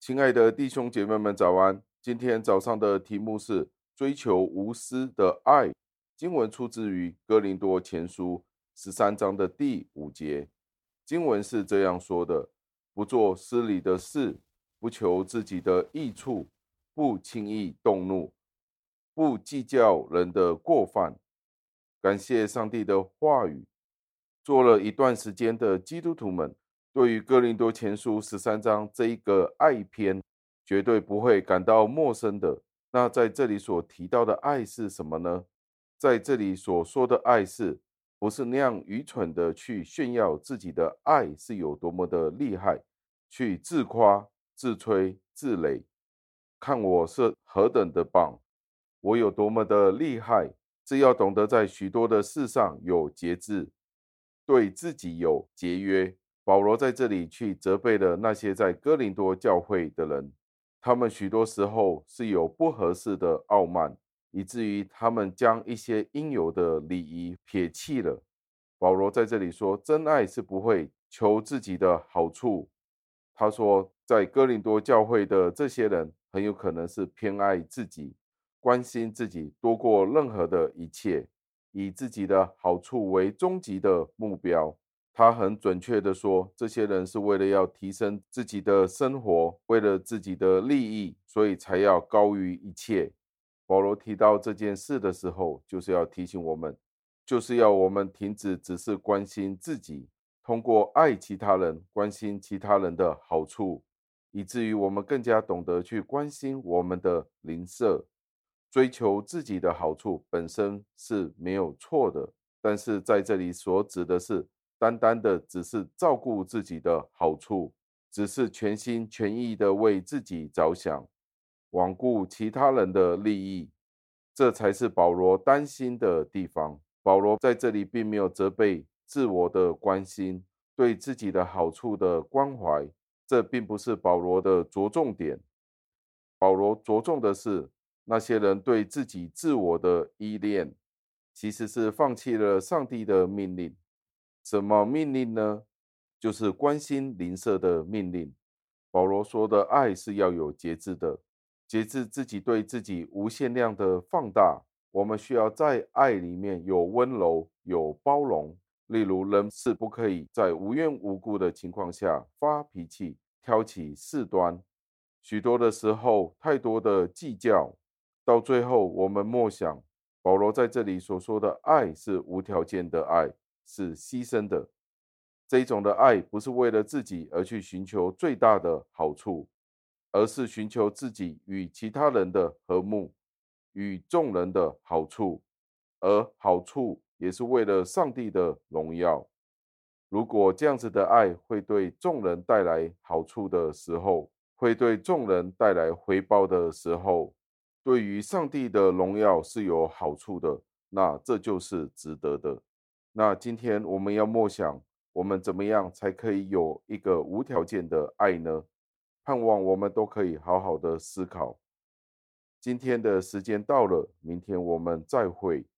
亲爱的弟兄姐妹们，早安！今天早上的题目是追求无私的爱。经文出自于哥林多前书13章的第5节。经文是这样说的：不做私理的事，不求自己的益处，不轻易动怒，不计较人的过犯。感谢上帝的话语。做了一段时间的基督徒们，对于哥林多前书13章这一个爱篇，绝对不会感到陌生的。那在这里所提到的爱是什么呢？在这里所说的爱是，不是那样愚蠢的去炫耀自己的爱是有多么的厉害，去自夸、自吹、自擂，看我是何等的棒，我有多么的厉害。是要懂得在许多的事上有节制，对自己有节约。保罗在这里去责备了那些在哥林多教会的人，他们许多时候是有不合适的傲慢，以至于他们将一些应有的礼仪撇弃了。保罗在这里说，真爱是不会求自己的好处。他说，在哥林多教会的这些人，很有可能是偏爱自己，关心自己多过任何的一切，以自己的好处为终极的目标。他很准确的说，这些人是为了要提升自己的生活，为了自己的利益，所以才要高于一切。保罗提到这件事的时候，就是要提醒我们，就是要我们停止只是关心自己，通过爱其他人，关心其他人的好处，以至于我们更加懂得去关心我们的邻舍。追求自己的好处本身是没有错的，但是在这里所指的是，单单的只是照顾自己的好处，只是全心全意的为自己着想，罔顾其他人的利益，这才是保罗担心的地方。保罗在这里并没有责备自我的关心，对自己的好处的关怀，这并不是保罗的着重点。保罗着重的是那些人对自己自我的依恋，其实是放弃了上帝的命令。什么命令呢？就是关心邻舍的命令。保罗说的爱是要有节制的，节制自己对自己无限量的放大。我们需要在爱里面有温柔，有包容。例如，人是不可以在无缘无故的情况下发脾气、挑起事端。许多的时候，太多的计较，到最后我们默想，保罗在这里所说的爱是无条件的爱，是牺牲的。这一种的爱不是为了自己而去寻求最大的好处，而是寻求自己与其他人的和睦，与众人的好处，而好处也是为了上帝的荣耀。如果这样子的爱会对众人带来好处的时候，会对众人带来回报的时候，对于上帝的荣耀是有好处的，那这就是值得的。那今天我们要默想，我们怎么样才可以有一个无条件的爱呢？盼望我们都可以好好的思考。今天的时间到了，明天我们再会。